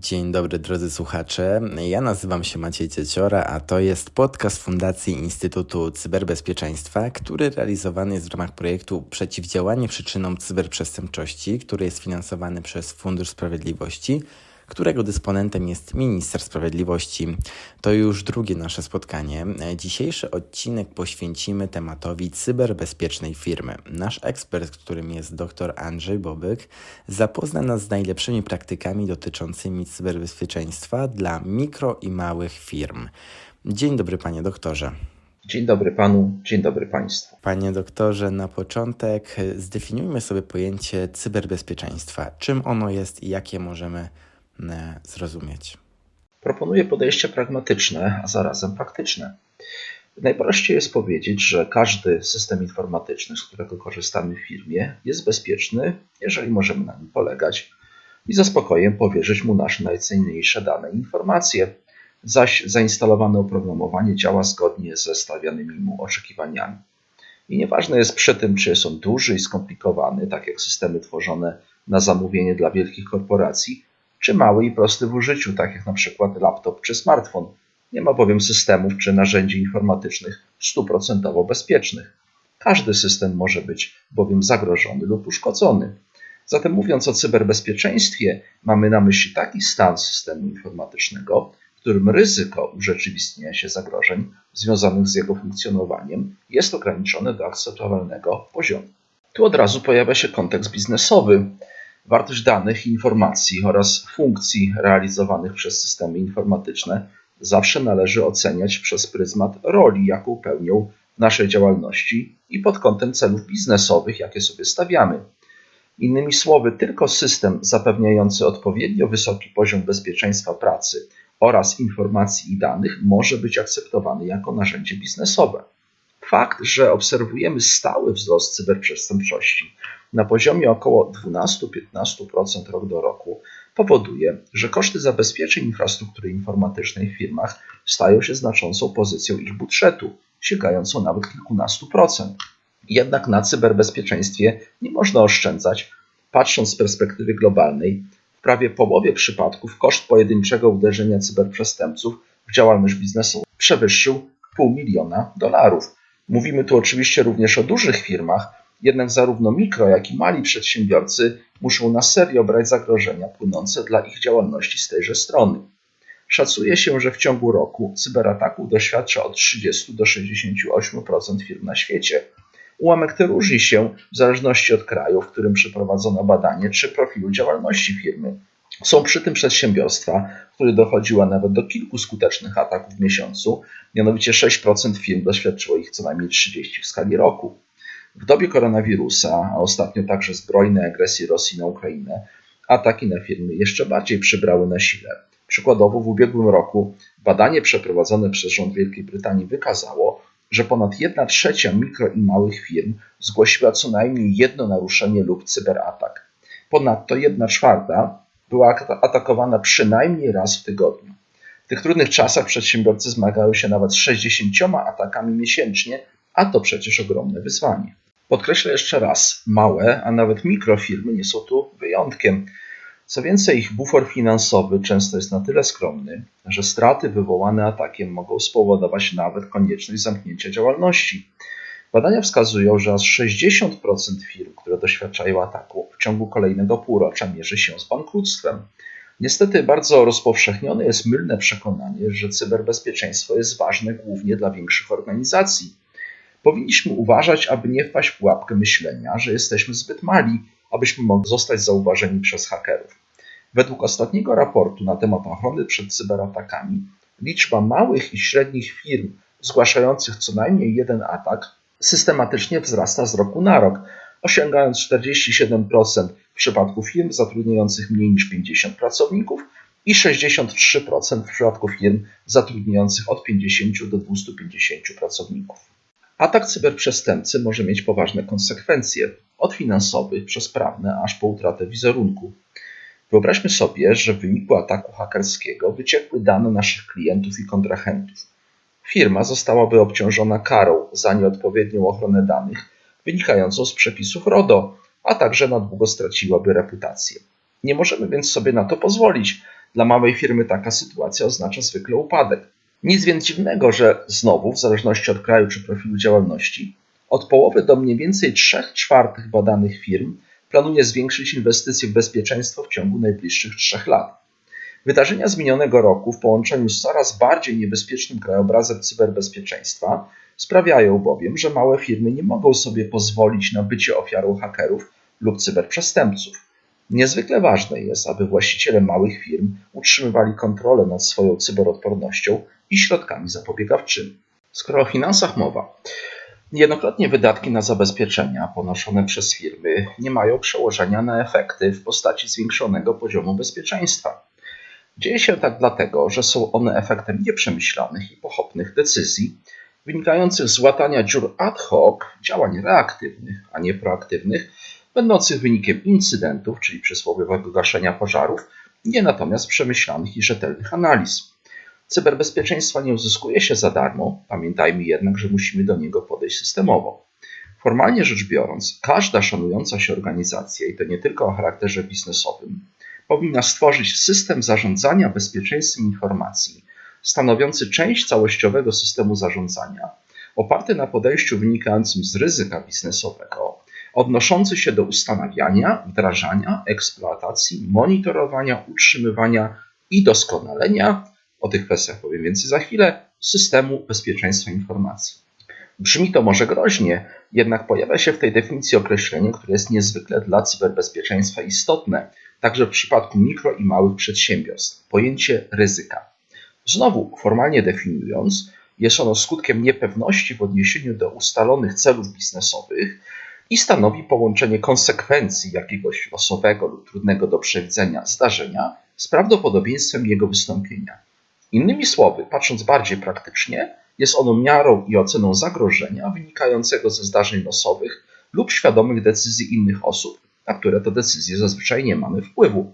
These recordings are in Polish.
Dzień dobry drodzy słuchacze, ja nazywam się Maciej Cieciora, a to jest podcast Fundacji Instytutu Cyberbezpieczeństwa, który realizowany jest w ramach projektu Przeciwdziałanie przyczynom cyberprzestępczości, który jest finansowany przez Fundusz Sprawiedliwości, którego dysponentem jest Minister Sprawiedliwości. To już drugie nasze spotkanie. Dzisiejszy odcinek poświęcimy tematowi cyberbezpiecznej firmy. Nasz ekspert, którym jest dr Andrzej Bobyk, zapozna nas z najlepszymi praktykami dotyczącymi cyberbezpieczeństwa dla mikro i małych firm. Dzień dobry panie doktorze. Dzień dobry panu, dzień dobry państwu. Panie doktorze, na początek zdefiniujmy sobie pojęcie cyberbezpieczeństwa. Czym ono jest i jakie możemy zrozumieć? Proponuję podejście pragmatyczne, a zarazem praktyczne. Najprościej jest powiedzieć, że każdy system informatyczny, z którego korzystamy w firmie, jest bezpieczny, jeżeli możemy na nim polegać i ze spokojem powierzyć mu nasze najcenniejsze dane i informacje, zaś zainstalowane oprogramowanie działa zgodnie ze stawianymi mu oczekiwaniami. I nieważne jest przy tym, czy jest on duży i skomplikowany, tak jak systemy tworzone na zamówienie dla wielkich korporacji, czy mały i prosty w użyciu, tak jak na przykład laptop czy smartfon. Nie ma bowiem systemów czy narzędzi informatycznych 100% bezpiecznych. Każdy system może być bowiem zagrożony lub uszkodzony. Zatem mówiąc o cyberbezpieczeństwie, mamy na myśli taki stan systemu informatycznego, w którym ryzyko urzeczywistnienia się zagrożeń związanych z jego funkcjonowaniem jest ograniczone do akceptowalnego poziomu. Tu od razu pojawia się kontekst biznesowy. Wartość danych, informacji oraz funkcji realizowanych przez systemy informatyczne zawsze należy oceniać przez pryzmat roli, jaką pełnią w naszej działalności i pod kątem celów biznesowych, jakie sobie stawiamy. Innymi słowy, tylko system zapewniający odpowiednio wysoki poziom bezpieczeństwa pracy oraz informacji i danych może być akceptowany jako narzędzie biznesowe. Fakt, że stały wzrost cyberprzestępczości na poziomie około 12-15% rok do roku powoduje, że koszty zabezpieczeń infrastruktury informatycznej w firmach stają się znaczącą pozycją ich budżetu, sięgającą nawet kilkunastu procent. Jednak na cyberbezpieczeństwie nie można oszczędzać. Patrząc z perspektywy globalnej, w prawie połowie przypadków koszt pojedynczego uderzenia cyberprzestępców w działalność biznesową przewyższył $500 000. Mówimy tu oczywiście również o dużych firmach, jednak zarówno mikro, jak i mali przedsiębiorcy muszą na serio brać zagrożenia płynące dla ich działalności z tejże strony. Szacuje się, że w ciągu roku cyberataków doświadcza od 30 do 68% firm na świecie. Ułamek ten różni się w zależności od kraju, w którym przeprowadzono badanie, czy profilu działalności firmy. Są przy tym przedsiębiorstwa, w których dochodziło nawet do kilku skutecznych ataków w miesiącu, mianowicie 6% firm doświadczyło ich co najmniej 30 w skali roku. W dobie koronawirusa, a ostatnio także zbrojnej agresji Rosji na Ukrainę, ataki na firmy jeszcze bardziej przybrały na sile. Przykładowo w ubiegłym roku badanie przeprowadzone przez rząd Wielkiej Brytanii wykazało, że ponad 1/3 mikro i małych firm zgłosiła co najmniej jedno naruszenie lub cyberatak. Ponadto 1/4 była atakowana przynajmniej raz w tygodniu. W tych trudnych czasach przedsiębiorcy zmagają się nawet z 60 atakami miesięcznie, a to przecież ogromne wyzwanie. Podkreślę jeszcze raz, małe, a nawet mikrofirmy nie są tu wyjątkiem. Co więcej, ich bufor finansowy często jest na tyle skromny, że straty wywołane atakiem mogą spowodować nawet konieczność zamknięcia działalności. Badania wskazują, że aż 60% firm, które doświadczają ataku, w ciągu kolejnego półrocza mierzy się z bankructwem. Niestety bardzo rozpowszechnione jest mylne przekonanie, że cyberbezpieczeństwo jest ważne głównie dla większych organizacji. Powinniśmy uważać, aby nie wpaść w pułapkę myślenia, że jesteśmy zbyt mali, abyśmy mogli zostać zauważeni przez hakerów. Według ostatniego raportu na temat ochrony przed cyberatakami, liczba małych i średnich firm zgłaszających co najmniej jeden atak systematycznie wzrasta z roku na rok, osiągając 47% w przypadku firm zatrudniających mniej niż 50 pracowników i 63% w przypadku firm zatrudniających od 50 do 250 pracowników. Atak cyberprzestępcy może mieć poważne konsekwencje, od finansowych przez prawne aż po utratę wizerunku. Wyobraźmy sobie, że w wyniku ataku hakerskiego wyciekły dane naszych klientów i kontrahentów. Firma zostałaby obciążona karą za nieodpowiednią ochronę danych wynikającą z przepisów RODO, a także na długo straciłaby reputację. Nie możemy więc sobie na to pozwolić Dla małej firmy taka sytuacja oznacza zwykle upadek. Nic więc dziwnego, że znowu, w zależności od kraju czy profilu działalności, od połowy do mniej więcej 3/4 badanych firm planuje zwiększyć inwestycje w bezpieczeństwo w ciągu najbliższych 3 lat. Wydarzenia z minionego roku w połączeniu z coraz bardziej niebezpiecznym krajobrazem cyberbezpieczeństwa sprawiają bowiem, że małe firmy nie mogą sobie pozwolić na bycie ofiarą hakerów lub cyberprzestępców. Niezwykle ważne jest, aby właściciele małych firm utrzymywali kontrolę nad swoją cyberodpornością i środkami zapobiegawczymi. Skoro o finansach mowa, niejednokrotnie wydatki na zabezpieczenia ponoszone przez firmy nie mają przełożenia na efekty w postaci zwiększonego poziomu bezpieczeństwa. Dzieje się tak dlatego, że są one efektem nieprzemyślanych i pochopnych decyzji, wynikających z łatania dziur ad hoc, działań reaktywnych, a nie proaktywnych, będących wynikiem incydentów, czyli przysłowiowego gaszenia pożarów, nie natomiast przemyślanych i rzetelnych analiz. Cyberbezpieczeństwa nie uzyskuje się za darmo, pamiętajmy jednak, że musimy do niego podejść systemowo. Formalnie rzecz biorąc, każda szanująca się organizacja, i to nie tylko o charakterze biznesowym, powinna stworzyć system zarządzania bezpieczeństwem informacji, stanowiący część całościowego systemu zarządzania, oparty na podejściu wynikającym z ryzyka biznesowego, odnoszący się do ustanawiania, wdrażania, eksploatacji, monitorowania, utrzymywania i doskonalenia, o tych kwestiach powiem więcej za chwilę, systemu bezpieczeństwa informacji. Brzmi to może groźnie, jednak pojawia się w tej definicji określenie, które jest niezwykle dla cyberbezpieczeństwa istotne, także w przypadku mikro i małych przedsiębiorstw. Pojęcie ryzyka. Znowu, formalnie definiując, jest ono skutkiem niepewności w odniesieniu do ustalonych celów biznesowych i stanowi połączenie konsekwencji jakiegoś losowego lub trudnego do przewidzenia zdarzenia z prawdopodobieństwem jego wystąpienia. Innymi słowy, patrząc bardziej praktycznie, jest ono miarą i oceną zagrożenia wynikającego ze zdarzeń losowych lub świadomych decyzji innych osób, na które to decyzje zazwyczaj nie mamy wpływu.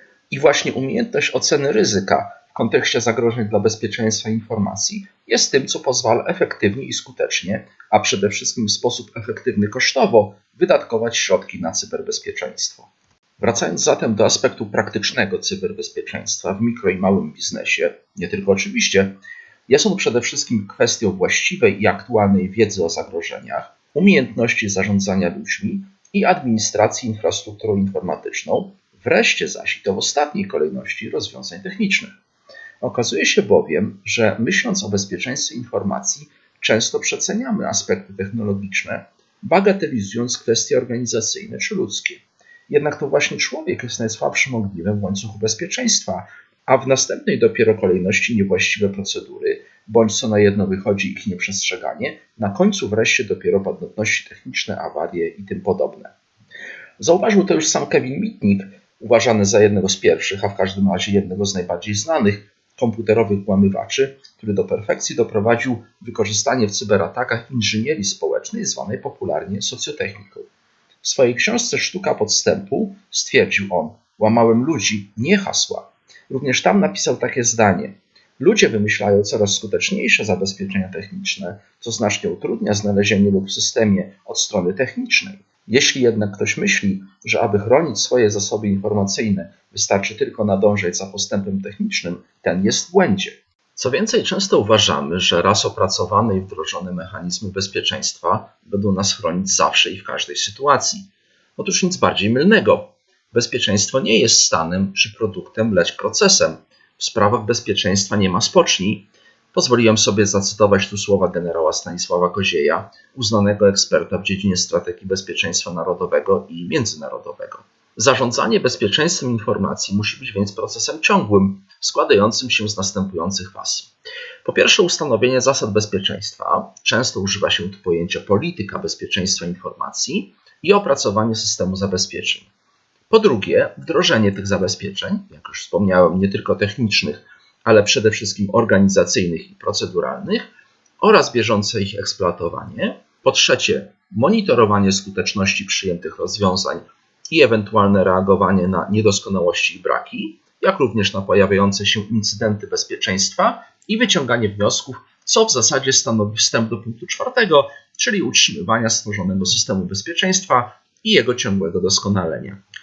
I właśnie umiejętność oceny ryzyka w kontekście zagrożeń dla bezpieczeństwa informacji jest tym, co pozwala efektywnie i skutecznie, a przede wszystkim w sposób efektywny kosztowo, wydatkować środki na cyberbezpieczeństwo. Wracając zatem do aspektu praktycznego cyberbezpieczeństwa w mikro i małym biznesie, nie tylko oczywiście, jest on przede wszystkim kwestią właściwej i aktualnej wiedzy o zagrożeniach, umiejętności zarządzania ludźmi i administracji infrastrukturą informatyczną, wreszcie zaś, i to w ostatniej kolejności, rozwiązań technicznych. Okazuje się bowiem, że myśląc o bezpieczeństwie informacji, często przeceniamy aspekty technologiczne, bagatelizując kwestie organizacyjne czy ludzkie. Jednak to właśnie człowiek jest najsłabszym ogniwem w łańcuchu bezpieczeństwa, a w następnej dopiero kolejności niewłaściwe procedury, bądź co na jedno wychodzi ich nieprzestrzeganie, na końcu wreszcie dopiero płatności techniczne, awarie i tym podobne. Zauważył to już sam Kevin Mitnick, uważany za jednego z pierwszych, a w każdym razie jednego z najbardziej znanych komputerowych włamywaczy, który do perfekcji doprowadził wykorzystanie w cyberatakach inżynierii społecznej, zwanej popularnie socjotechniką. W swojej książce Sztuka podstępu stwierdził on: łamałem ludzi, nie hasła. Również tam napisał takie zdanie: ludzie wymyślają coraz skuteczniejsze zabezpieczenia techniczne, co znacznie utrudnia znalezienie lub w systemie od strony technicznej. Jeśli jednak ktoś myśli, że aby chronić swoje zasoby informacyjne wystarczy tylko nadążać za postępem technicznym, ten jest w błędzie. Co więcej, często uważamy, że raz opracowane i wdrożone mechanizmy bezpieczeństwa będą nas chronić zawsze i w każdej sytuacji. Otóż nic bardziej mylnego. Bezpieczeństwo nie jest stanem czy produktem, lecz procesem. W sprawach bezpieczeństwa nie ma spocznij. Pozwoliłem sobie zacytować tu słowa generała Stanisława Kozieja, uznanego eksperta w dziedzinie strategii bezpieczeństwa narodowego i międzynarodowego. Zarządzanie bezpieczeństwem informacji musi być więc procesem ciągłym, składającym się z następujących faz. Po pierwsze, ustanowienie zasad bezpieczeństwa. Często używa się tu pojęcia polityka bezpieczeństwa informacji i opracowanie systemu zabezpieczeń. Po drugie, wdrożenie tych zabezpieczeń, jak już wspomniałem, nie tylko technicznych, ale przede wszystkim organizacyjnych i proceduralnych oraz bieżące ich eksploatowanie. Po trzecie, monitorowanie skuteczności przyjętych rozwiązań i ewentualne reagowanie na niedoskonałości i braki, jak również na pojawiające się incydenty bezpieczeństwa i wyciąganie wniosków, co w zasadzie stanowi wstęp do punktu 4, czyli utrzymywania stworzonego systemu bezpieczeństwa i jego ciągłego doskonalenia.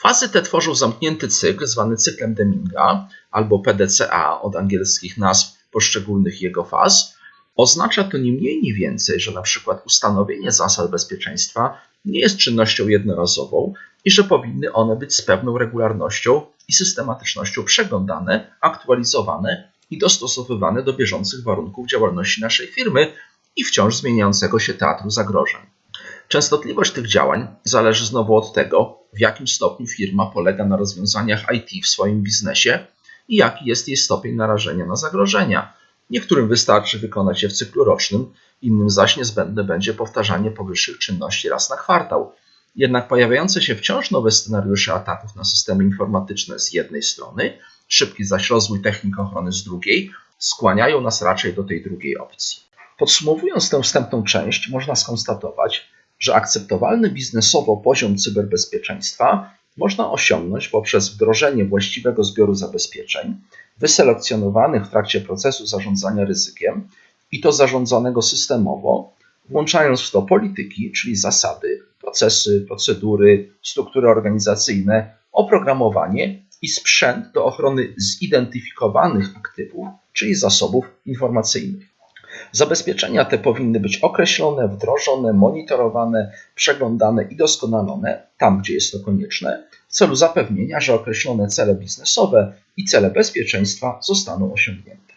Fazy te tworzą zamknięty cykl zwany cyklem Deminga albo PDCA od angielskich nazw poszczególnych jego faz. Oznacza to ni mniej, ni więcej, że na przykład ustanowienie zasad bezpieczeństwa nie jest czynnością jednorazową i że powinny one być z pewną regularnością i systematycznością przeglądane, aktualizowane i dostosowywane do bieżących warunków działalności naszej firmy i wciąż zmieniającego się teatru zagrożeń. Częstotliwość tych działań zależy znowu od tego, w jakim stopniu firma polega na rozwiązaniach IT w swoim biznesie i jaki jest jej stopień narażenia na zagrożenia. Niektórym wystarczy wykonać je w cyklu rocznym, innym zaś niezbędne będzie powtarzanie powyższych czynności raz na kwartał. Jednak pojawiające się wciąż nowe scenariusze ataków na systemy informatyczne z jednej strony, szybki zaś rozwój technik ochrony z drugiej, skłaniają nas raczej do tej drugiej opcji. Podsumowując tę wstępną część, można skonstatować, że akceptowalny biznesowo poziom cyberbezpieczeństwa można osiągnąć poprzez wdrożenie właściwego zbioru zabezpieczeń, wyselekcjonowanych w trakcie procesu zarządzania ryzykiem i to zarządzanego systemowo, włączając w to polityki, czyli zasady, procesy, procedury, struktury organizacyjne, oprogramowanie i sprzęt do ochrony zidentyfikowanych aktywów, czyli zasobów informacyjnych. Zabezpieczenia te powinny być określone, wdrożone, monitorowane, przeglądane i doskonalone tam, gdzie jest to konieczne, w celu zapewnienia, że określone cele biznesowe i cele bezpieczeństwa zostaną osiągnięte.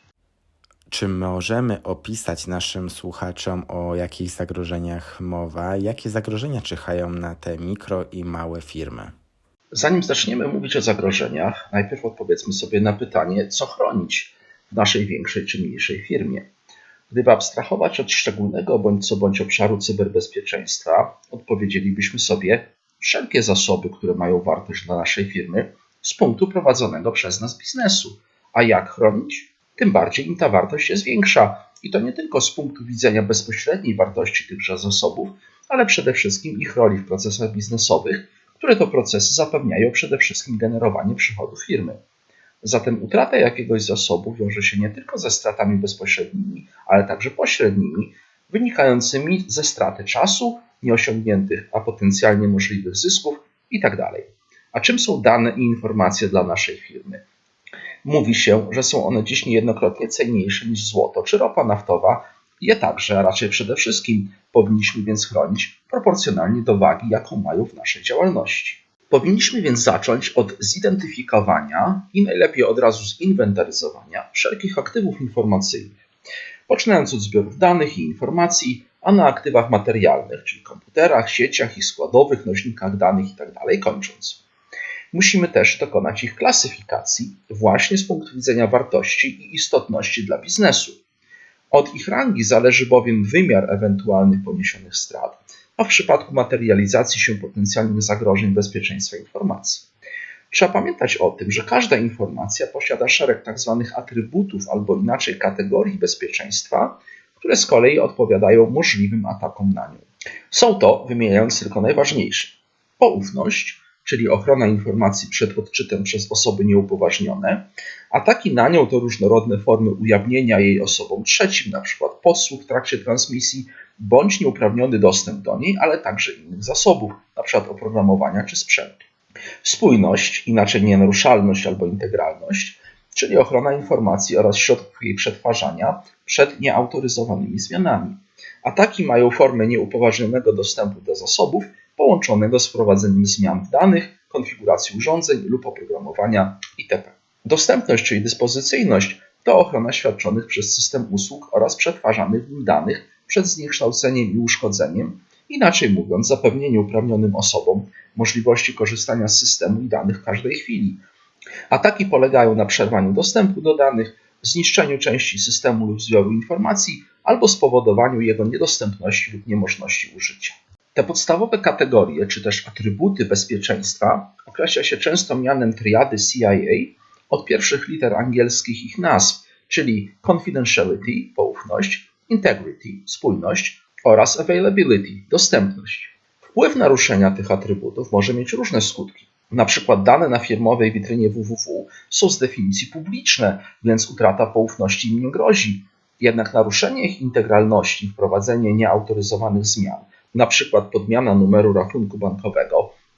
Czy możemy opisać naszym słuchaczom, o jakich zagrożeniach mowa? Jakie zagrożenia czyhają na te mikro i małe firmy? Zanim zaczniemy mówić o zagrożeniach, najpierw odpowiedzmy sobie na pytanie, co chronić w naszej większej czy mniejszej firmie. Gdyby abstrahować od szczególnego bądź obszaru cyberbezpieczeństwa, odpowiedzielibyśmy sobie wszelkie zasoby, które mają wartość dla naszej firmy z punktu prowadzonego przez nas biznesu. A jak chronić? Tym bardziej im ta wartość jest większa. I to nie tylko z punktu widzenia bezpośredniej wartości tychże zasobów, ale przede wszystkim ich roli w procesach biznesowych, które to procesy zapewniają przede wszystkim generowanie przychodów firmy. Zatem utrata jakiegoś zasobu wiąże się nie tylko ze stratami bezpośrednimi, ale także pośrednimi, wynikającymi ze straty czasu, nieosiągniętych, a potencjalnie możliwych zysków itd. A czym są dane i informacje dla naszej firmy? Mówi się, że są one dziś niejednokrotnie cenniejsze niż złoto czy ropa naftowa i je także, a raczej przede wszystkim, powinniśmy więc chronić proporcjonalnie do wagi, jaką mają w naszej działalności. Powinniśmy więc zacząć od zidentyfikowania i najlepiej od razu zinwentaryzowania wszelkich aktywów informacyjnych, poczynając od zbiorów danych i informacji, a na aktywach materialnych, czyli komputerach, sieciach, ich składowych, nośnikach danych itd. kończąc. Musimy też dokonać ich klasyfikacji właśnie z punktu widzenia wartości i istotności dla biznesu. Od ich rangi zależy bowiem wymiar ewentualnych poniesionych strat, a w przypadku materializacji się potencjalnych zagrożeń bezpieczeństwa informacji. Trzeba pamiętać o tym, że każda informacja posiada szereg tzw. atrybutów albo inaczej kategorii bezpieczeństwa, które z kolei odpowiadają możliwym atakom na nią. Są to, wymieniając tylko najważniejsze, poufność, czyli ochrona informacji przed odczytem przez osoby nieupoważnione. Ataki na nią to różnorodne formy ujawnienia jej osobom trzecim, np. podsłuch w trakcie transmisji, bądź nieuprawniony dostęp do niej, ale także innych zasobów, np. oprogramowania czy sprzętu. Spójność, inaczej nienaruszalność albo integralność, czyli ochrona informacji oraz środków jej przetwarzania przed nieautoryzowanymi zmianami. Ataki mają formę nieupoważnionego dostępu do zasobów, połączonego z wprowadzeniem zmian w danych, konfiguracji urządzeń lub oprogramowania itp. Dostępność, czyli dyspozycyjność, to ochrona świadczonych przez system usług oraz przetwarzanych w nim danych przed zniekształceniem i uszkodzeniem, inaczej mówiąc zapewnienie uprawnionym osobom możliwości korzystania z systemu i danych w każdej chwili. Ataki polegają na przerwaniu dostępu do danych, zniszczeniu części systemu lub zbioru informacji albo spowodowaniu jego niedostępności lub niemożności użycia. Te podstawowe kategorie, czy też atrybuty bezpieczeństwa określa się często mianem triady CIA od pierwszych liter angielskich ich nazw, czyli confidentiality, poufność, integrity, spójność oraz availability, dostępność. Wpływ naruszenia tych atrybutów może mieć różne skutki. Na przykład dane na firmowej witrynie www są z definicji publiczne, więc utrata poufności im nie grozi. Jednak naruszenie ich integralności, wprowadzenie nieautoryzowanych zmian, na przykład podmiana numeru rachunku bankowego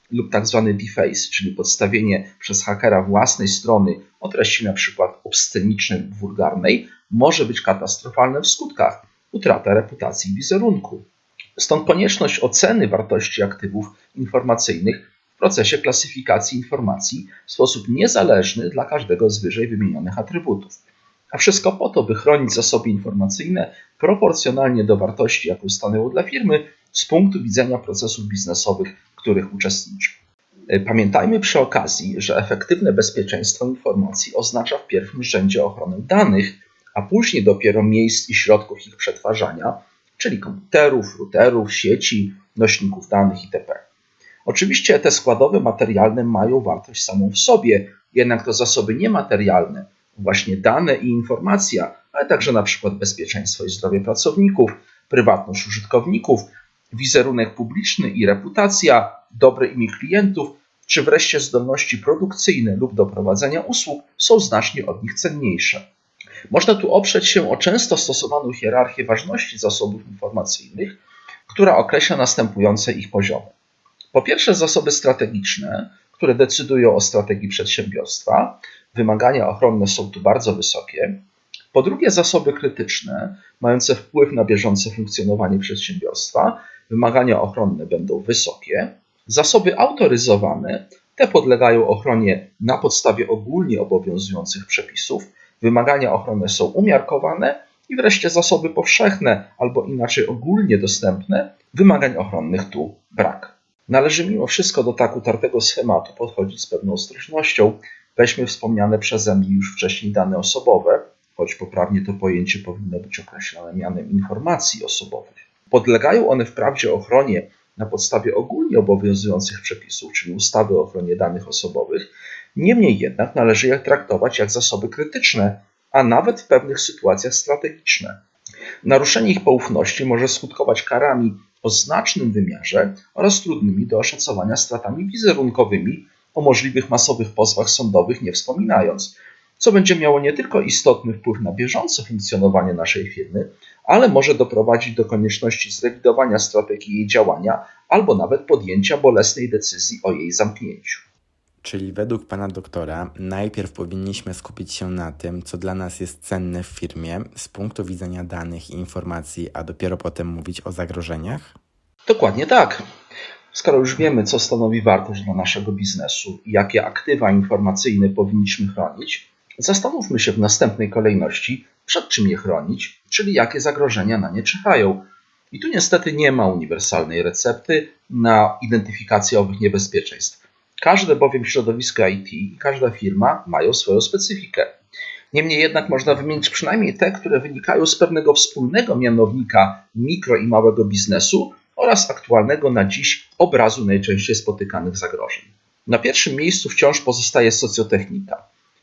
lub tzw. deface, czyli podstawienie przez hakera własnej strony o treści np. obscenicznej lub wulgarnej, może być katastrofalne w skutkach. Utrata reputacji i wizerunku. Stąd konieczność oceny wartości aktywów informacyjnych w procesie klasyfikacji informacji w sposób niezależny dla każdego z wyżej wymienionych atrybutów. A wszystko po to, by chronić zasoby informacyjne proporcjonalnie do wartości, jaką stanowią dla firmy, z punktu widzenia procesów biznesowych, w których uczestniczy. Pamiętajmy przy okazji, że efektywne bezpieczeństwo informacji oznacza w pierwszym rzędzie ochronę danych, a później dopiero miejsc i środków ich przetwarzania, czyli komputerów, routerów, sieci, nośników danych itp. Oczywiście te składowe materialne mają wartość samą w sobie, jednak to zasoby niematerialne, właśnie dane i informacja, ale także np. bezpieczeństwo i zdrowie pracowników, prywatność użytkowników, wizerunek publiczny i reputacja, dobre imię klientów, czy wreszcie zdolności produkcyjne lub do prowadzenia usług są znacznie od nich cenniejsze. Można tu oprzeć się o często stosowaną hierarchię ważności zasobów informacyjnych, która określa następujące ich poziomy. Po pierwsze zasoby strategiczne, które decydują o strategii przedsiębiorstwa. Wymagania ochronne są tu bardzo wysokie. Po drugie zasoby krytyczne, mające wpływ na bieżące funkcjonowanie przedsiębiorstwa. Wymagania ochronne będą wysokie. Zasoby autoryzowane, te podlegają ochronie na podstawie ogólnie obowiązujących przepisów. Wymagania ochronne są umiarkowane i wreszcie zasoby powszechne albo inaczej ogólnie dostępne, wymagań ochronnych tu brak. Należy mimo wszystko do tak utartego schematu podchodzić z pewną ostrożnością. Weźmy wspomniane przeze mnie już wcześniej dane osobowe, choć poprawnie to pojęcie powinno być określone mianem informacji osobowych. Podlegają one wprawdzie ochronie na podstawie ogólnie obowiązujących przepisów, czyli ustawy o ochronie danych osobowych, niemniej jednak należy je traktować jak zasoby krytyczne, a nawet w pewnych sytuacjach strategiczne. Naruszenie ich poufności może skutkować karami o znacznym wymiarze oraz trudnymi do oszacowania stratami wizerunkowymi, o możliwych masowych pozwach sądowych nie wspominając, co będzie miało nie tylko istotny wpływ na bieżące funkcjonowanie naszej firmy, ale może doprowadzić do konieczności zrewidowania strategii jej działania albo nawet podjęcia bolesnej decyzji o jej zamknięciu. Czyli według pana doktora najpierw powinniśmy skupić się na tym, co dla nas jest cenne w firmie z punktu widzenia danych i informacji, a dopiero potem mówić o zagrożeniach? Dokładnie tak. Skoro już wiemy, co stanowi wartość dla naszego biznesu i jakie aktywa informacyjne powinniśmy chronić, zastanówmy się w następnej kolejności, przed czym je chronić, czyli jakie zagrożenia na nie czyhają. I tu niestety nie ma uniwersalnej recepty na identyfikację owych niebezpieczeństw. Każde bowiem środowisko IT i każda firma mają swoją specyfikę. Niemniej jednak można wymienić przynajmniej te, które wynikają z pewnego wspólnego mianownika mikro i małego biznesu oraz aktualnego na dziś obrazu najczęściej spotykanych zagrożeń. Na pierwszym miejscu wciąż pozostaje socjotechnika.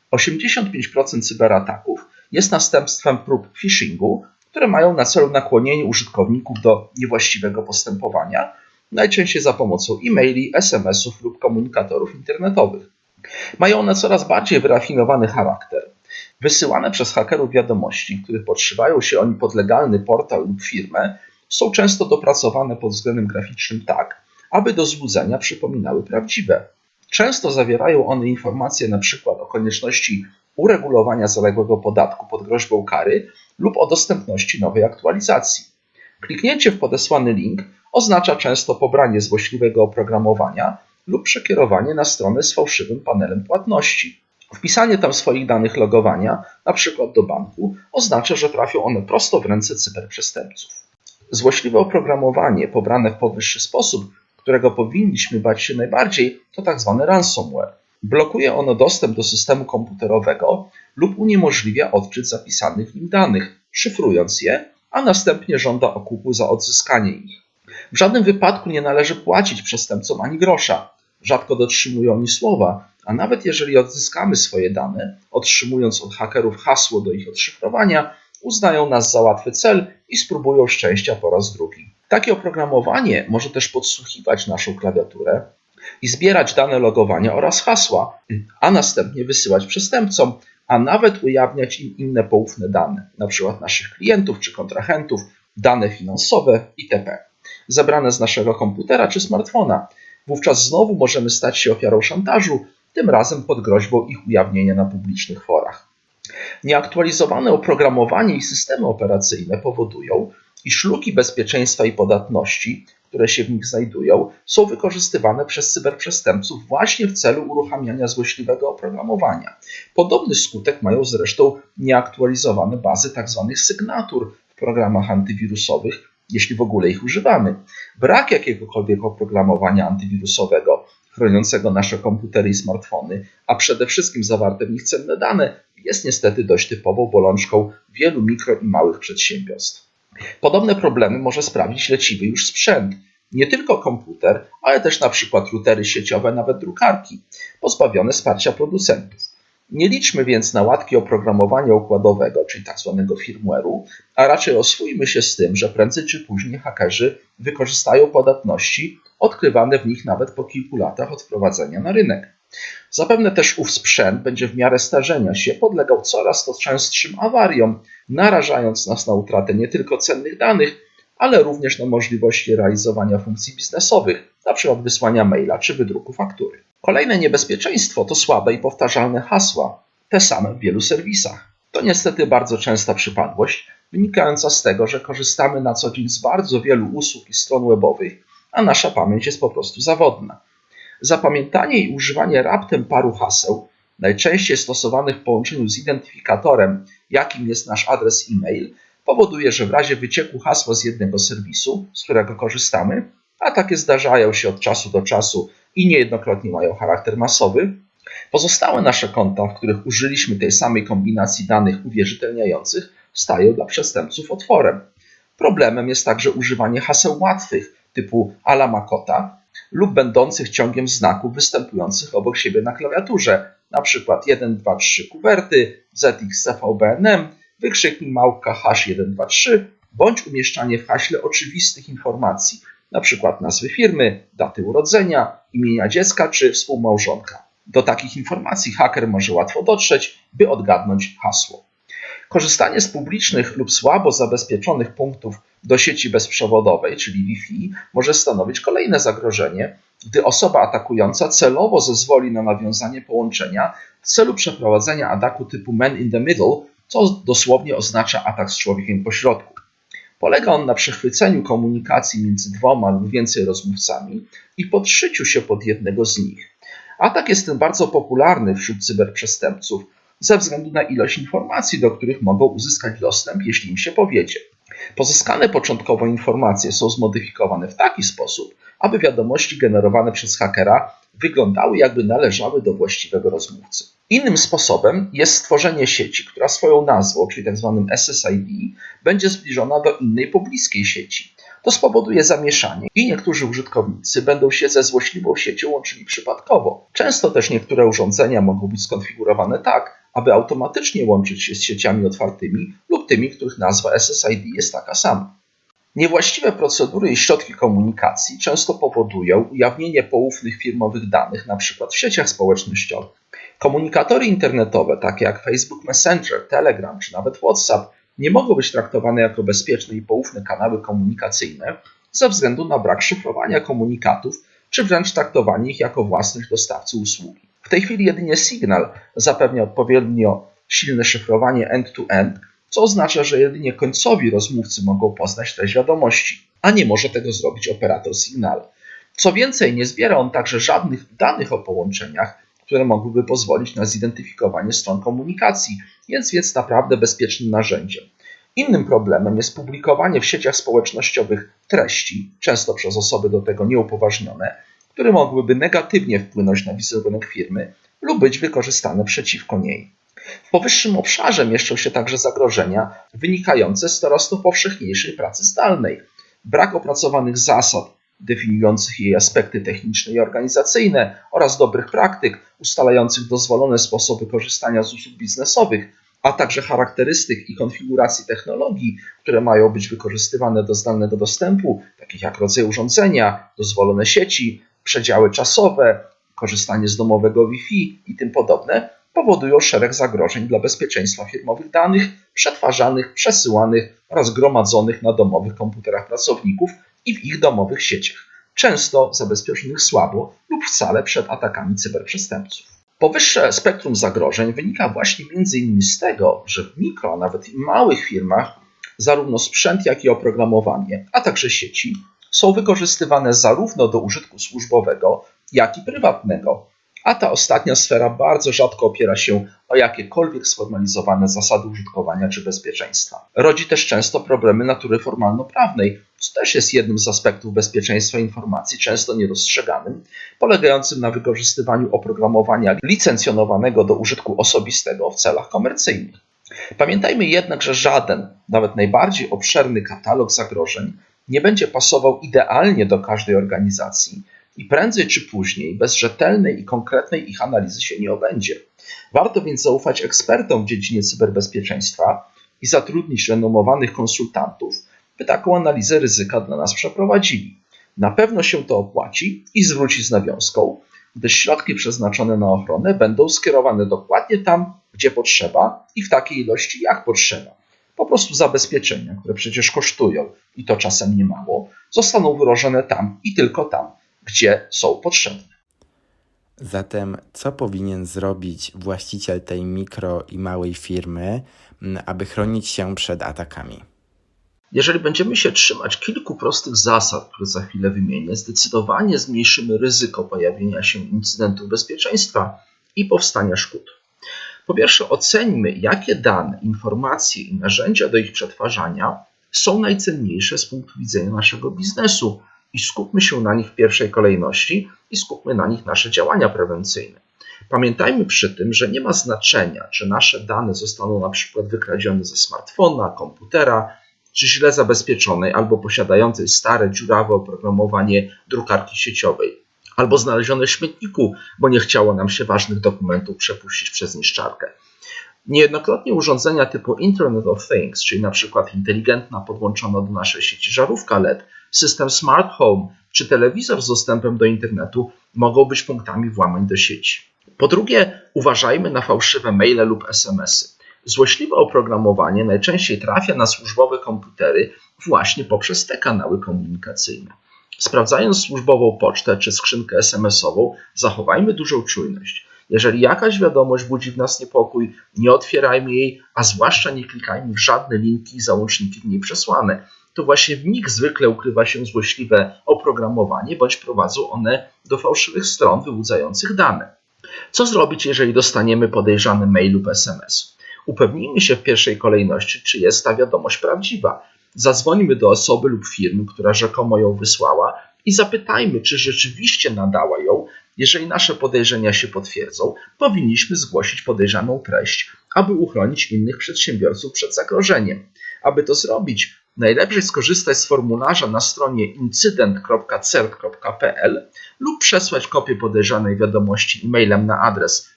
85% cyberataków jest następstwem prób phishingu, które mają na celu nakłonienie użytkowników do niewłaściwego postępowania, najczęściej za pomocą e-maili, SMS-ów lub komunikatorów internetowych. Mają one coraz bardziej wyrafinowany charakter. Wysyłane przez hakerów wiadomości, których podszywają się oni pod legalny portal lub firmę, są często dopracowane pod względem graficznym tak, aby do złudzenia przypominały prawdziwe. Często zawierają one informacje np. o konieczności uregulowania zaległego podatku pod groźbą kary lub o dostępności nowej aktualizacji. Kliknięcie w podesłany link oznacza często pobranie złośliwego oprogramowania lub przekierowanie na stronę z fałszywym panelem płatności. Wpisanie tam swoich danych logowania, np. do banku, oznacza, że trafią one prosto w ręce cyberprzestępców. Złośliwe oprogramowanie pobrane w powyższy sposób, którego powinniśmy bać się najbardziej, to tzw. ransomware. Blokuje ono dostęp do systemu komputerowego lub uniemożliwia odczyt zapisanych w nim danych, szyfrując je, a następnie żąda okupu za odzyskanie ich. W żadnym wypadku nie należy płacić przestępcom ani grosza. Rzadko dotrzymują oni słowa, a nawet jeżeli odzyskamy swoje dane, otrzymując od hakerów hasło do ich odszyfrowania, uznają nas za łatwy cel i spróbują szczęścia po raz drugi. Takie oprogramowanie może też podsłuchiwać naszą klawiaturę i zbierać dane logowania oraz hasła, a następnie wysyłać przestępcom, a nawet ujawniać im inne poufne dane, np. naszych klientów czy kontrahentów, dane finansowe itp. zebrane z naszego komputera czy smartfona. Wówczas znowu możemy stać się ofiarą szantażu, tym razem pod groźbą ich ujawnienia na publicznych forach. Nieaktualizowane oprogramowanie i systemy operacyjne powodują, iż luki bezpieczeństwa i podatności, które się w nich znajdują, są wykorzystywane przez cyberprzestępców właśnie w celu uruchamiania złośliwego oprogramowania. Podobny skutek mają zresztą nieaktualizowane bazy tzw. sygnatur w programach antywirusowych, jeśli w ogóle ich używamy. Brak jakiegokolwiek oprogramowania antywirusowego chroniącego nasze komputery i smartfony, a przede wszystkim zawarte w nich cenne dane, jest niestety dość typową bolączką wielu mikro i małych przedsiębiorstw. Podobne problemy może sprawić leciwy już sprzęt. Nie tylko komputer, ale też na przykład routery sieciowe, nawet drukarki, pozbawione wsparcia producentów. Nie liczmy więc na łatki oprogramowania układowego, czyli tzw. firmware'u, a raczej oswójmy się z tym, że prędzej czy później hakerzy wykorzystają podatności odkrywane w nich nawet po kilku latach od wprowadzenia na rynek. Zapewne też ów sprzęt będzie w miarę starzenia się podlegał coraz to częstszym awariom, narażając nas na utratę nie tylko cennych danych, ale również na możliwości realizowania funkcji biznesowych, np. wysłania maila czy wydruku faktury. Kolejne niebezpieczeństwo to słabe i powtarzalne hasła, te same w wielu serwisach. To niestety bardzo częsta przypadłość, wynikająca z tego, że korzystamy na co dzień z bardzo wielu usług i stron webowych, a nasza pamięć jest po prostu zawodna. Zapamiętanie i używanie raptem paru haseł, najczęściej stosowanych w połączeniu z identyfikatorem, jakim jest nasz adres e-mail, powoduje, że w razie wycieku hasła z jednego serwisu, z którego korzystamy, a takie zdarzają się od czasu do czasu i niejednokrotnie mają charakter masowy, pozostałe nasze konta, w których użyliśmy tej samej kombinacji danych uwierzytelniających, stają dla przestępców otworem. Problemem jest także używanie haseł łatwych typu ala Makota lub będących ciągiem znaków występujących obok siebie na klawiaturze, np. 1, 2, 3 kuwerty, ZXCVBNM, wykrzyknik małpka hash 1, 2, 3, bądź umieszczanie w haśle oczywistych informacji, np. nazwy firmy, daty urodzenia, imienia dziecka czy współmałżonka. Do takich informacji haker może łatwo dotrzeć, by odgadnąć hasło. Korzystanie z publicznych lub słabo zabezpieczonych punktów do sieci bezprzewodowej, czyli Wi-Fi, może stanowić kolejne zagrożenie, gdy osoba atakująca celowo zezwoli na nawiązanie połączenia w celu przeprowadzenia ataku typu man in the middle, co dosłownie oznacza atak z człowiekiem pośrodku. Polega on na przechwyceniu komunikacji między dwoma lub więcej rozmówcami i podszyciu się pod jednego z nich. Atak jest tym bardzo popularny wśród cyberprzestępców ze względu na ilość informacji, do których mogą uzyskać dostęp, jeśli im się powiedzie. Pozyskane początkowo informacje są zmodyfikowane w taki sposób, aby wiadomości generowane przez hakera wyglądały, jakby należały do właściwego rozmówcy. Innym sposobem jest stworzenie sieci, która swoją nazwą, czyli tzw. SSID, będzie zbliżona do innej pobliskiej sieci. To spowoduje zamieszanie i niektórzy użytkownicy będą się ze złośliwą siecią łączyli przypadkowo. Często też niektóre urządzenia mogą być skonfigurowane tak, aby automatycznie łączyć się z sieciami otwartymi lub tymi, których nazwa SSID jest taka sama. Niewłaściwe procedury i środki komunikacji często powodują ujawnienie poufnych firmowych danych, np. w sieciach społecznościowych. Komunikatory internetowe, takie jak Facebook Messenger, Telegram czy nawet WhatsApp, nie mogą być traktowane jako bezpieczne i poufne kanały komunikacyjne ze względu na brak szyfrowania komunikatów, czy wręcz traktowanie ich jako własność dostawcy usługi. W tej chwili jedynie Signal zapewnia odpowiednio silne szyfrowanie end-to-end, co oznacza, że jedynie końcowi rozmówcy mogą poznać treść wiadomości, a nie może tego zrobić operator Signal. Co więcej, nie zbiera on także żadnych danych o połączeniach, które mogłyby pozwolić na zidentyfikowanie stron komunikacji, jest naprawdę bezpiecznym narzędziem. Innym problemem jest publikowanie w sieciach społecznościowych treści, często przez osoby do tego nieupoważnione, które mogłyby negatywnie wpłynąć na wizerunek firmy lub być wykorzystane przeciwko niej. W powyższym obszarze mieszczą się także zagrożenia wynikające z coraz to powszechniejszej pracy zdalnej. Brak opracowanych zasad definiujących jej aspekty techniczne i organizacyjne oraz dobrych praktyk ustalających dozwolone sposoby korzystania z usług biznesowych, a także charakterystyk i konfiguracji technologii, które mają być wykorzystywane do zdalnego dostępu, takich jak rodzaj urządzenia, dozwolone sieci, przedziały czasowe, korzystanie z domowego Wi-Fi i tym podobne, powodują szereg zagrożeń dla bezpieczeństwa firmowych danych przetwarzanych, przesyłanych oraz gromadzonych na domowych komputerach pracowników i w ich domowych sieciach. często zabezpieczonych słabo lub wcale przed atakami cyberprzestępców. Powyższe spektrum zagrożeń wynika właśnie m.in. z tego, że w mikro, a nawet i małych firmach zarówno sprzęt, jak i oprogramowanie, a także sieci są wykorzystywane zarówno do użytku służbowego, jak i prywatnego, a ta ostatnia sfera bardzo rzadko opiera się o jakiekolwiek sformalizowane zasady użytkowania czy bezpieczeństwa. Rodzi też często problemy natury formalno-prawnej, co też jest jednym z aspektów bezpieczeństwa informacji, często niedostrzeganym, polegającym na wykorzystywaniu oprogramowania licencjonowanego do użytku osobistego w celach komercyjnych. Pamiętajmy jednak, że żaden, nawet najbardziej obszerny katalog zagrożeń nie będzie pasował idealnie do każdej organizacji i prędzej czy później bez rzetelnej i konkretnej ich analizy się nie obędzie. Warto więc zaufać ekspertom w dziedzinie cyberbezpieczeństwa i zatrudnić renomowanych konsultantów, by taką analizę ryzyka dla nas przeprowadzili. Na pewno się to opłaci i zwróci z nawiązką, gdyż środki przeznaczone na ochronę będą skierowane dokładnie tam, gdzie potrzeba i w takiej ilości, jak potrzeba. Po prostu zabezpieczenia, które przecież kosztują i to czasem niemało, zostaną wyłożone tam i tylko tam, gdzie są potrzebne. Zatem co powinien zrobić właściciel tej mikro i małej firmy, aby chronić się przed atakami? Jeżeli będziemy się trzymać kilku prostych zasad, które za chwilę wymienię, zdecydowanie zmniejszymy ryzyko pojawienia się incydentów bezpieczeństwa i powstania szkód. Po pierwsze, oceńmy, jakie dane, informacje i narzędzia do ich przetwarzania są najcenniejsze z punktu widzenia naszego biznesu i skupmy się na nich w pierwszej kolejności i skupmy na nich nasze działania prewencyjne. Pamiętajmy przy tym, że nie ma znaczenia, czy nasze dane zostaną na przykład wykradzione ze smartfona, komputera, czy źle zabezpieczonej albo posiadającej stare, dziurawe oprogramowanie drukarki sieciowej, albo znalezione w śmietniku, bo nie chciało nam się ważnych dokumentów przepuścić przez niszczarkę. Niejednokrotnie urządzenia typu Internet of Things, czyli na przykład inteligentna podłączona do naszej sieci żarówka LED, system Smart Home czy telewizor z dostępem do internetu mogą być punktami włamań do sieci. Po drugie, uważajmy na fałszywe maile lub SMS-y. Złośliwe oprogramowanie najczęściej trafia na służbowe komputery właśnie poprzez te kanały komunikacyjne. Sprawdzając służbową pocztę czy skrzynkę SMS-ową, zachowajmy dużą czujność. Jeżeli jakaś wiadomość budzi w nas niepokój, nie otwierajmy jej, a zwłaszcza nie klikajmy w żadne linki i załączniki w niej przesłane. To właśnie w nich zwykle ukrywa się złośliwe oprogramowanie, bądź prowadzą one do fałszywych stron wyłudzających dane. Co zrobić, jeżeli dostaniemy podejrzany mail lub SMS? Upewnijmy się w pierwszej kolejności, czy jest ta wiadomość prawdziwa. Zadzwońmy do osoby lub firmy, która rzekomo ją wysłała i zapytajmy, czy rzeczywiście nadała ją. Jeżeli nasze podejrzenia się potwierdzą, powinniśmy zgłosić podejrzaną treść, aby uchronić innych przedsiębiorców przed zagrożeniem. Aby to zrobić, najlepiej skorzystać z formularza na stronie incydent.cert.pl lub przesłać kopię podejrzanej wiadomości e-mailem na adres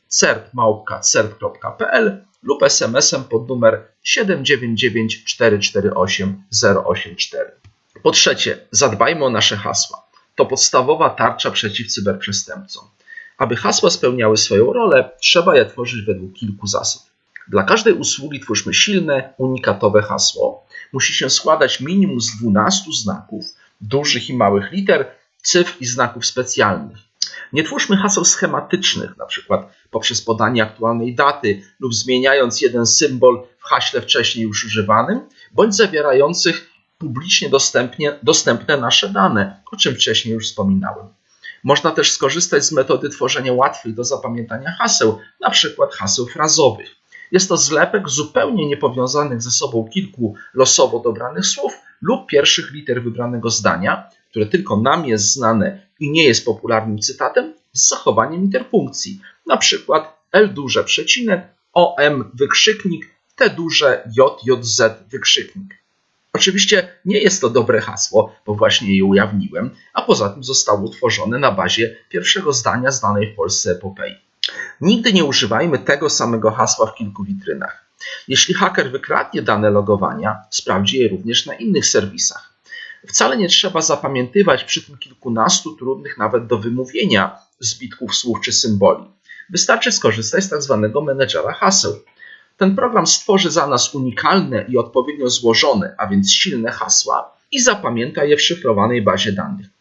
cert@cert.pl lub SMS-em pod numer 799 448 084. Po trzecie, zadbajmy o nasze hasła. To podstawowa tarcza przeciw cyberprzestępcom. Aby hasła spełniały swoją rolę, trzeba je tworzyć według kilku zasad. Dla każdej usługi twórzmy silne, unikatowe hasło. Musi się składać minimum z 12 znaków, dużych i małych liter, cyfr i znaków specjalnych. Nie twórzmy haseł schematycznych, np. poprzez podanie aktualnej daty lub zmieniając jeden symbol w haśle wcześniej już używanym, bądź zawierających publicznie dostępne nasze dane, o czym wcześniej już wspominałem. Można też skorzystać z metody tworzenia łatwych do zapamiętania haseł, np. haseł frazowych. Jest to zlepek zupełnie niepowiązanych ze sobą kilku losowo dobranych słów lub pierwszych liter wybranego zdania, które tylko nam jest znane i nie jest popularnym cytatem, z zachowaniem interpunkcji, np. L duże przecinek, OM wykrzyknik, T duże JJZ wykrzyknik. Oczywiście nie jest to dobre hasło, bo właśnie je ujawniłem, a poza tym zostało utworzone na bazie pierwszego zdania znanej w Polsce epopei. Nigdy nie używajmy tego samego hasła w kilku witrynach. Jeśli haker wykradnie dane logowania, sprawdzi je również na innych serwisach. Wcale nie trzeba zapamiętywać przy tym kilkunastu trudnych nawet do wymówienia zbitków słów czy symboli. Wystarczy skorzystać z tzw. menedżera haseł. Ten program stworzy za nas unikalne i odpowiednio złożone, a więc silne hasła i zapamięta je w szyfrowanej bazie danych.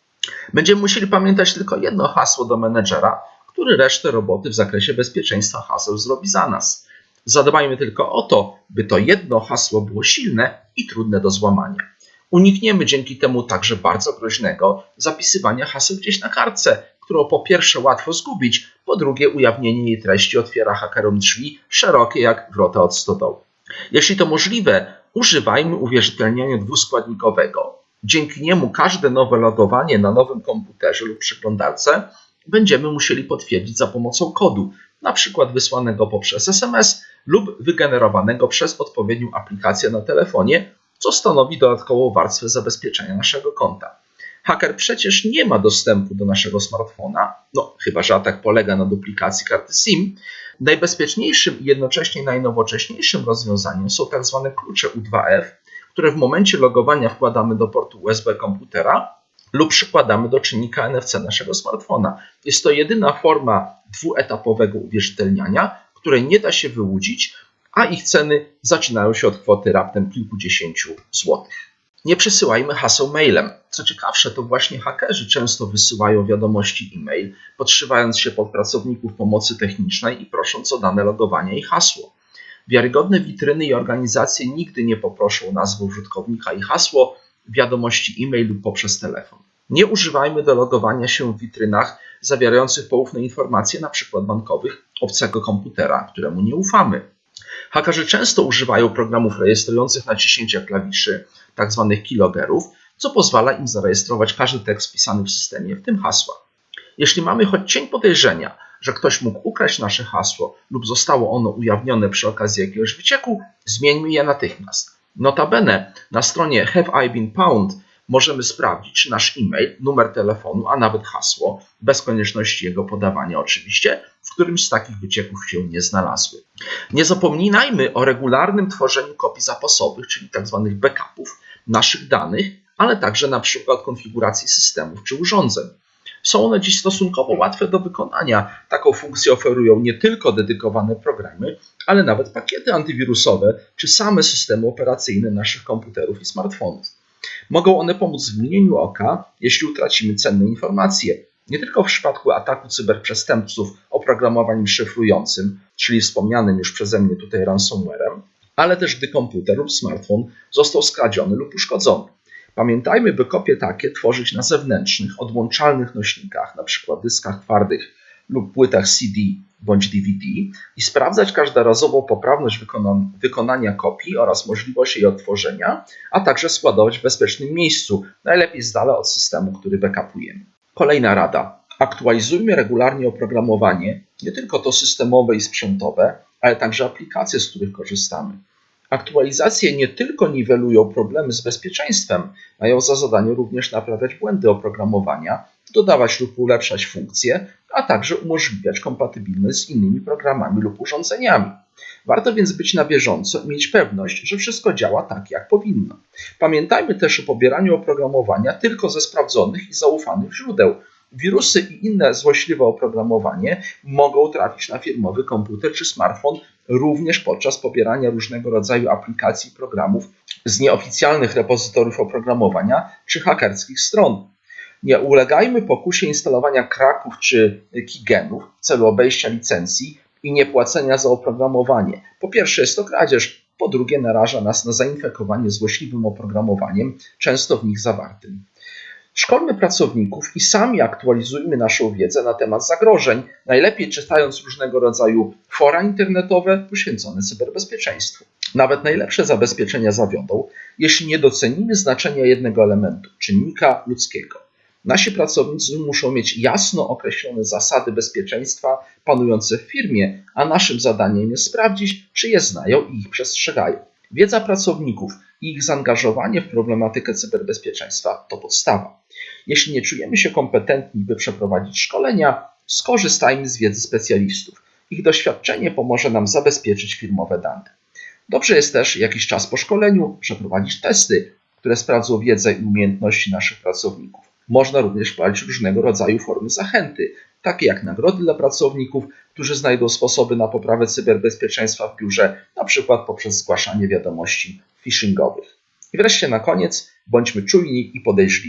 Będziemy musieli pamiętać tylko jedno hasło do menedżera, który resztę roboty w zakresie bezpieczeństwa haseł zrobi za nas. Zadbajmy tylko o to, by to jedno hasło było silne i trudne do złamania. Unikniemy dzięki temu także bardzo groźnego zapisywania haseł gdzieś na kartce, którą po pierwsze łatwo zgubić, po drugie ujawnienie jej treści otwiera hakerom drzwi szerokie jak wrota od stodoły. Jeśli to możliwe, używajmy uwierzytelniania dwuskładnikowego. Dzięki niemu każde nowe logowanie na nowym komputerze lub przeglądarce będziemy musieli potwierdzić za pomocą kodu, np. wysłanego poprzez SMS lub wygenerowanego przez odpowiednią aplikację na telefonie, co stanowi dodatkową warstwę zabezpieczenia naszego konta. Haker przecież nie ma dostępu do naszego smartfona, chyba że atak polega na duplikacji karty SIM. Najbezpieczniejszym i jednocześnie najnowocześniejszym rozwiązaniem są tzw. klucze U2F, które w momencie logowania wkładamy do portu USB komputera lub przykładamy do czynnika NFC naszego smartfona. Jest to jedyna forma dwuetapowego uwierzytelniania, której nie da się wyłudzić, a ich ceny zaczynają się od kwoty raptem kilkudziesięciu złotych. Nie przesyłajmy haseł mailem. Co ciekawsze, to właśnie hakerzy często wysyłają wiadomości e-mail, podszywając się pod pracowników pomocy technicznej i prosząc o dane logowania i hasło. Wiarygodne witryny i organizacje nigdy nie poproszą o nazwę użytkownika i hasło, wiadomości e-mail lub poprzez telefon. Nie używajmy do logowania się w witrynach zawierających poufne informacje, np. bankowych, obcego komputera, któremu nie ufamy. Hakerzy często używają programów rejestrujących naciśnięcia klawiszy, tzw. keyloggerów, co pozwala im zarejestrować każdy tekst wpisany w systemie, w tym hasła. Jeśli mamy choć cień podejrzenia, że ktoś mógł ukraść nasze hasło lub zostało ono ujawnione przy okazji jakiegoś wycieku, zmieńmy je natychmiast. Notabene na stronie Have I Been Pwned możemy sprawdzić, czy nasz e-mail, numer telefonu, a nawet hasło, bez konieczności jego podawania oczywiście, w którymś z takich wycieków się nie znalazły. Nie zapominajmy o regularnym tworzeniu kopii zapasowych, czyli tzw. backupów naszych danych, ale także np. konfiguracji systemów czy urządzeń. Są one dziś stosunkowo łatwe do wykonania. Taką funkcję oferują nie tylko dedykowane programy, ale nawet pakiety antywirusowe czy same systemy operacyjne naszych komputerów i smartfonów. Mogą one pomóc w mgnieniu oka, jeśli utracimy cenne informacje. Nie tylko w przypadku ataku cyberprzestępców oprogramowaniem szyfrującym, czyli wspomnianym już przeze mnie tutaj ransomwarem, ale też gdy komputer lub smartfon został skradziony lub uszkodzony. Pamiętajmy, by kopie takie tworzyć na zewnętrznych, odłączalnych nośnikach, np. dyskach twardych lub płytach CD bądź DVD i sprawdzać każdorazowo poprawność wykonania kopii oraz możliwość jej odtworzenia, a także składować w bezpiecznym miejscu, najlepiej z dala od systemu, który backupujemy. Kolejna rada. Aktualizujmy regularnie oprogramowanie, nie tylko to systemowe i sprzętowe, ale także aplikacje, z których korzystamy. Aktualizacje nie tylko niwelują problemy z bezpieczeństwem, mają za zadanie również naprawiać błędy oprogramowania, dodawać lub ulepszać funkcje, a także umożliwiać kompatybilność z innymi programami lub urządzeniami. Warto więc być na bieżąco i mieć pewność, że wszystko działa tak, jak powinno. Pamiętajmy też o pobieraniu oprogramowania tylko ze sprawdzonych i zaufanych źródeł. Wirusy i inne złośliwe oprogramowanie mogą trafić na firmowy komputer czy smartfon również podczas pobierania różnego rodzaju aplikacji i programów z nieoficjalnych repozytoriów oprogramowania czy hakerskich stron. Nie ulegajmy pokusie instalowania kraków czy keygenów w celu obejścia licencji i niepłacenia za oprogramowanie. Po pierwsze jest to kradzież, po drugie naraża nas na zainfekowanie złośliwym oprogramowaniem, często w nich zawartym. Szkolmy pracowników i sami aktualizujmy naszą wiedzę na temat zagrożeń, najlepiej czytając różnego rodzaju fora internetowe poświęcone cyberbezpieczeństwu. Nawet najlepsze zabezpieczenia zawiodą, jeśli nie docenimy znaczenia jednego elementu, czynnika ludzkiego. Nasi pracownicy muszą mieć jasno określone zasady bezpieczeństwa panujące w firmie, a naszym zadaniem jest sprawdzić, czy je znają i ich przestrzegają. Wiedza pracowników i ich zaangażowanie w problematykę cyberbezpieczeństwa to podstawa. Jeśli nie czujemy się kompetentni, by przeprowadzić szkolenia, skorzystajmy z wiedzy specjalistów. Ich doświadczenie pomoże nam zabezpieczyć firmowe dane. Dobrze jest też jakiś czas po szkoleniu przeprowadzić testy, które sprawdzą wiedzę i umiejętności naszych pracowników. Można również wprowadzić różnego rodzaju formy zachęty, takie jak nagrody dla pracowników, którzy znajdą sposoby na poprawę cyberbezpieczeństwa w biurze, np. poprzez zgłaszanie wiadomości phishingowych. I wreszcie na koniec, bądźmy czujni i podejrzliwi.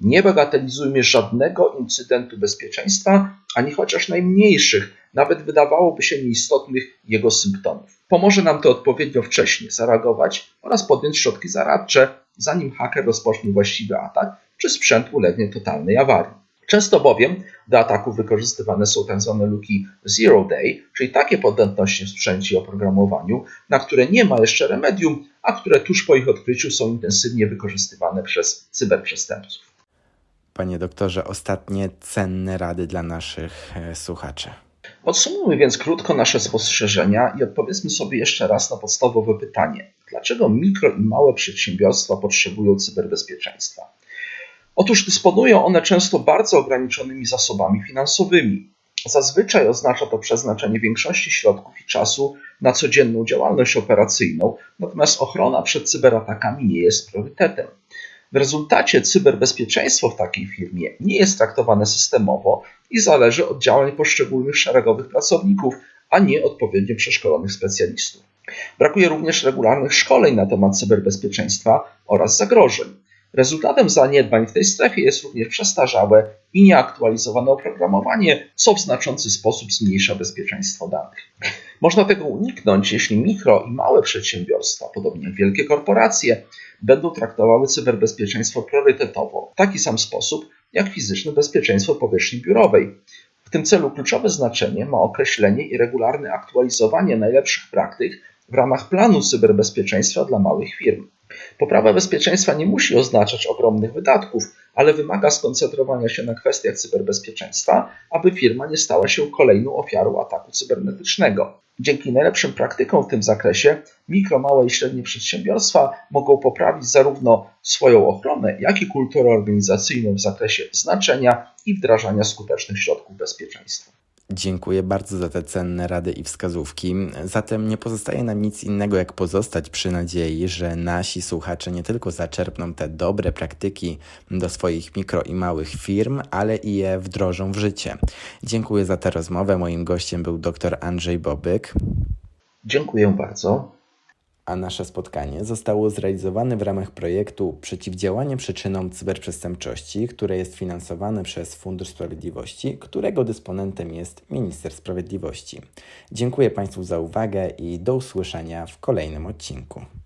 Nie bagatelizujmy żadnego incydentu bezpieczeństwa, ani chociaż najmniejszych, nawet wydawałoby się nieistotnych jego symptomów. Pomoże nam to odpowiednio wcześnie zareagować oraz podjąć środki zaradcze, zanim haker rozpocznie właściwy atak, czy sprzęt ulegnie totalnej awarii. Często bowiem do ataków wykorzystywane są tzw. luki zero day, czyli takie podatności w sprzęcie i oprogramowaniu, na które nie ma jeszcze remedium, a które tuż po ich odkryciu są intensywnie wykorzystywane przez cyberprzestępców. Panie doktorze, ostatnie cenne rady dla naszych słuchaczy. Podsumujmy więc krótko nasze spostrzeżenia i odpowiedzmy sobie jeszcze raz na podstawowe pytanie. Dlaczego mikro i małe przedsiębiorstwa potrzebują cyberbezpieczeństwa? Otóż dysponują one często bardzo ograniczonymi zasobami finansowymi. Zazwyczaj oznacza to przeznaczenie większości środków i czasu na codzienną działalność operacyjną, natomiast ochrona przed cyberatakami nie jest priorytetem. W rezultacie cyberbezpieczeństwo w takiej firmie nie jest traktowane systemowo i zależy od działań poszczególnych szeregowych pracowników, a nie odpowiednio przeszkolonych specjalistów. Brakuje również regularnych szkoleń na temat cyberbezpieczeństwa oraz zagrożeń. Rezultatem zaniedbań w tej strefie jest również przestarzałe i nieaktualizowane oprogramowanie, co w znaczący sposób zmniejsza bezpieczeństwo danych. Można tego uniknąć, jeśli mikro i małe przedsiębiorstwa, podobnie jak wielkie korporacje, będą traktowały cyberbezpieczeństwo priorytetowo w taki sam sposób jak fizyczne bezpieczeństwo powierzchni biurowej. W tym celu kluczowe znaczenie ma określenie i regularne aktualizowanie najlepszych praktyk w ramach planu cyberbezpieczeństwa dla małych firm. Poprawa bezpieczeństwa nie musi oznaczać ogromnych wydatków, ale wymaga skoncentrowania się na kwestiach cyberbezpieczeństwa, aby firma nie stała się kolejną ofiarą ataku cybernetycznego. Dzięki najlepszym praktykom w tym zakresie mikro, małe i średnie przedsiębiorstwa mogą poprawić zarówno swoją ochronę, jak i kulturę organizacyjną w zakresie znaczenia i wdrażania skutecznych środków bezpieczeństwa. Dziękuję bardzo za te cenne rady i wskazówki. Zatem nie pozostaje nam nic innego, jak pozostać przy nadziei, że nasi słuchacze nie tylko zaczerpną te dobre praktyki do swoich mikro i małych firm, ale i je wdrożą w życie. Dziękuję za tę rozmowę. Moim gościem był dr Andrzej Bobyk. Dziękuję bardzo. A nasze spotkanie zostało zrealizowane w ramach projektu Przeciwdziałanie przyczynom cyberprzestępczości, które jest finansowane przez Fundusz Sprawiedliwości, którego dysponentem jest Minister Sprawiedliwości. Dziękuję Państwu za uwagę i do usłyszenia w kolejnym odcinku.